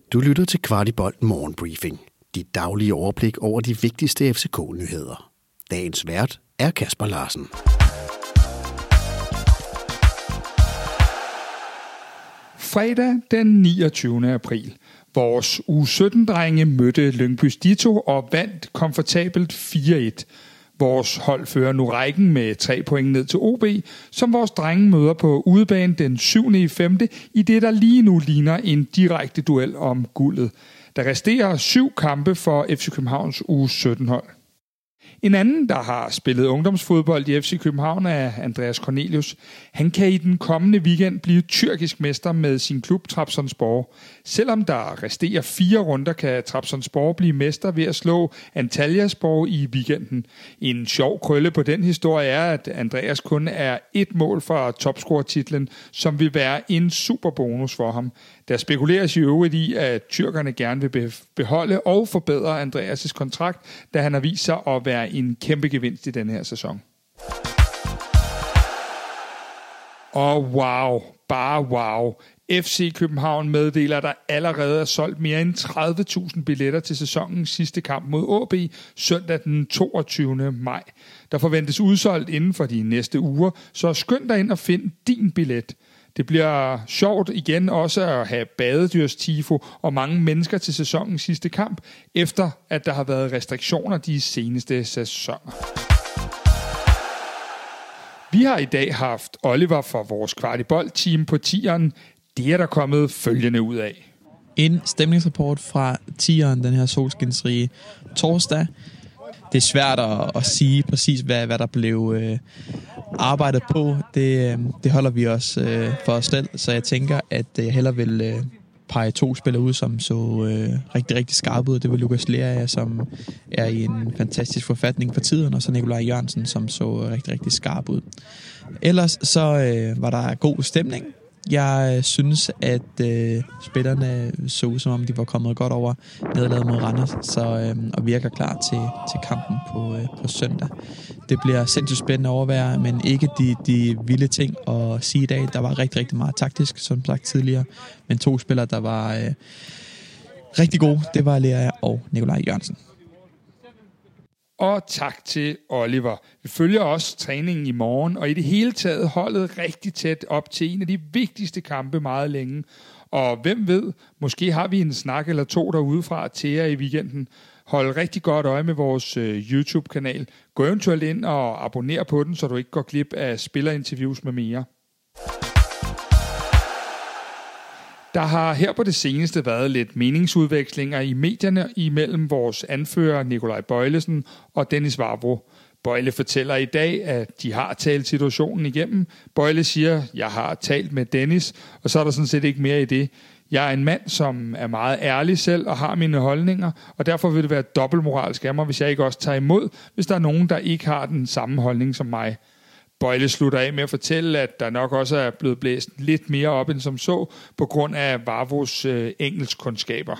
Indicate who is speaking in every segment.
Speaker 1: Du lytter til Kvartibolt Morgenbriefing. Dit daglige overblik over de vigtigste FCK-nyheder. Dagens vært er Kasper Larsen.
Speaker 2: Fredag den 29. april. Vores U17-drenge mødte Lyngbys Ditto og vandt komfortabelt 4-1. Vores hold fører nu rækken med 3 point ned til OB, som vores drenge møder på udebane den 7.5. i det, der lige nu ligner en direkte duel om guldet. Der resterer 7 kampe for FC Københavns U17-hold. En anden, der har spillet ungdomsfodbold i FC København, er Andreas Cornelius. Han kan i den kommende weekend blive tyrkisk mester med sin klub Trabzonspor. Selvom der resterer 4 runder, kan Trabzonspor blive mester ved at slå Antalyaspor i weekenden. En sjov krølle på den historie er, at Andreas kun er 1 mål fra topscorer-titlen, som vil være en super bonus for ham. Der spekuleres i øvrigt i, at tyrkerne gerne vil beholde og forbedre Andreas' kontrakt, da han har vist sig at være en kæmpe gevinst i denne her sæson. Og wow, bare wow. FC København meddeler, at der allerede er solgt mere end 30.000 billetter til sæsonens sidste kamp mod AB søndag den 22. maj. Der forventes udsolgt inden for de næste uger, så skynd dig ind og find din billet. Det bliver sjovt igen også at have badedyrstifo og mange mennesker til sæsonens sidste kamp, efter at der har været restriktioner de seneste sæsoner. Vi har i dag haft Oliver fra vores Kvartibolt-team på 10'eren. Det er der kommet følgende ud af.
Speaker 3: En stemningsrapport fra 10'eren, den her solskinsrige torsdag. Det er svært at sige præcis, hvad der blev arbejdet på. Det holder vi også for os selv, så jeg tænker, at jeg hellere vil pege 2 spillere ud, som så rigtig, rigtig skarpe ud. Det var Lukas Lea, som er i en fantastisk forfatning for tiden, og så Nikolaj Jørgensen, som så rigtig, rigtig skarp ud. Ellers så var der god stemning. Jeg synes, at spillerne så ud, som om de var kommet godt over nederlaget mod Randers, og virker klar til kampen på søndag. Det bliver sindssygt spændende at overvære, men ikke de vilde ting at sige i dag. Der var rigtig, rigtig meget taktisk, som sagt tidligere, men 2 spillere, der var rigtig gode. Det var Lea og Nikolaj Jørgensen.
Speaker 2: Og tak til Oliver. Vi følger også træningen i morgen, og i det hele taget holdet rigtig tæt op til en af de vigtigste kampe meget længe. Og hvem ved, måske har vi en snak eller 2 derudefra til jer i weekenden. Hold rigtig godt øje med vores YouTube-kanal. Gå eventuelt ind og abonner på den, så du ikke går glip af spillerinterviews med mere. Der har her på det seneste været lidt meningsudvekslinger i medierne imellem vores anfører Nikolaj Bøjlesen og Dennis Vavro. Bøjle fortæller i dag, at de har talt situationen igennem. Bøjle siger, jeg har talt med Dennis, og så er der sådan set ikke mere i det. Jeg er en mand, som er meget ærlig selv og har mine holdninger, og derfor vil det være dobbeltmoralsk af mig, hvis jeg ikke også tager imod, hvis der er nogen, der ikke har den samme holdning som mig. Bøjle slutter af med at fortælle, at der nok også er blevet blæst lidt mere op end som så, på grund af Vavros engelskkundskaber.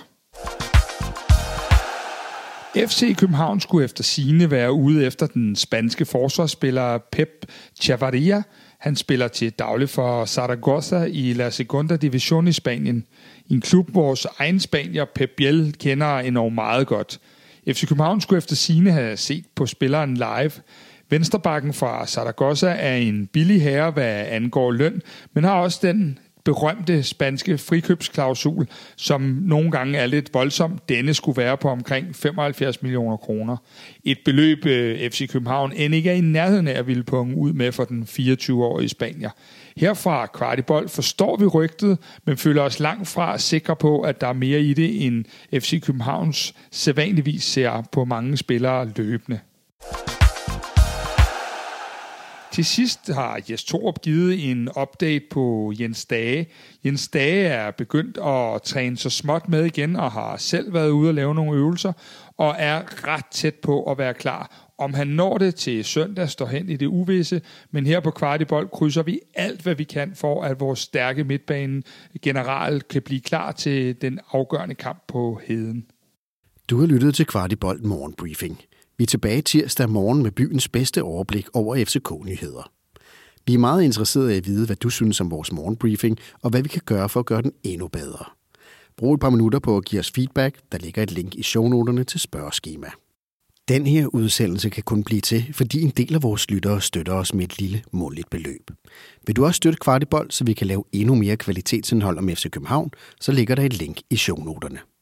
Speaker 2: FC København skulle efter sigende være ude efter den spanske forsvarsspiller Pep Chavarria. Han spiller til daglig for Zaragoza i La Segunda División i Spanien. En klub, vores egen spanier Pep Biel kender enormt meget godt. FC København skulle efter sigende have set på spilleren live. Venstrebacken fra Zaragoza er en billig herre, hvad angår løn, men har også den berømte spanske frikøbsklausul, som nogle gange er lidt voldsomt. Denne skulle være på omkring 75 millioner kroner. Et beløb FC København end ikke er i nærheden af at ville punge ud med for den 24-årige spanier. Herfra Kvartibolt forstår vi rygtet, men føler os langt fra sikre på, at der er mere i det, end FC Københavns sædvanligvis ser på mange spillere løbende. Til sidst har Jes Torup givet en update på Jens Dage. Jens Dage er begyndt at træne så småt med igen og har selv været ude og lave nogle øvelser og er ret tæt på at være klar. Om han når det til søndag står hen i det uvisse, men her på Kvartibolt krydser vi alt, hvad vi kan for, at vores stærke midtbane generelt kan blive klar til den afgørende kamp på Heden.
Speaker 1: Du har lyttet til Kvartibolt Morgenbriefing. Vi er tilbage tirsdag morgen med byens bedste overblik over FCK-nyheder. Vi er meget interesserede i at vide, hvad du synes om vores morgenbriefing, og hvad vi kan gøre for at gøre den endnu bedre. Brug et par minutter på at give os feedback. Der ligger et link i shownoterne til spørgeskema. Den her udsendelse kan kun blive til, fordi en del af vores lyttere støtter os med et lille månedligt beløb. Vil du også støtte Kvartibold, så vi kan lave endnu mere kvalitetsindhold om FC København, så ligger der et link i shownoterne.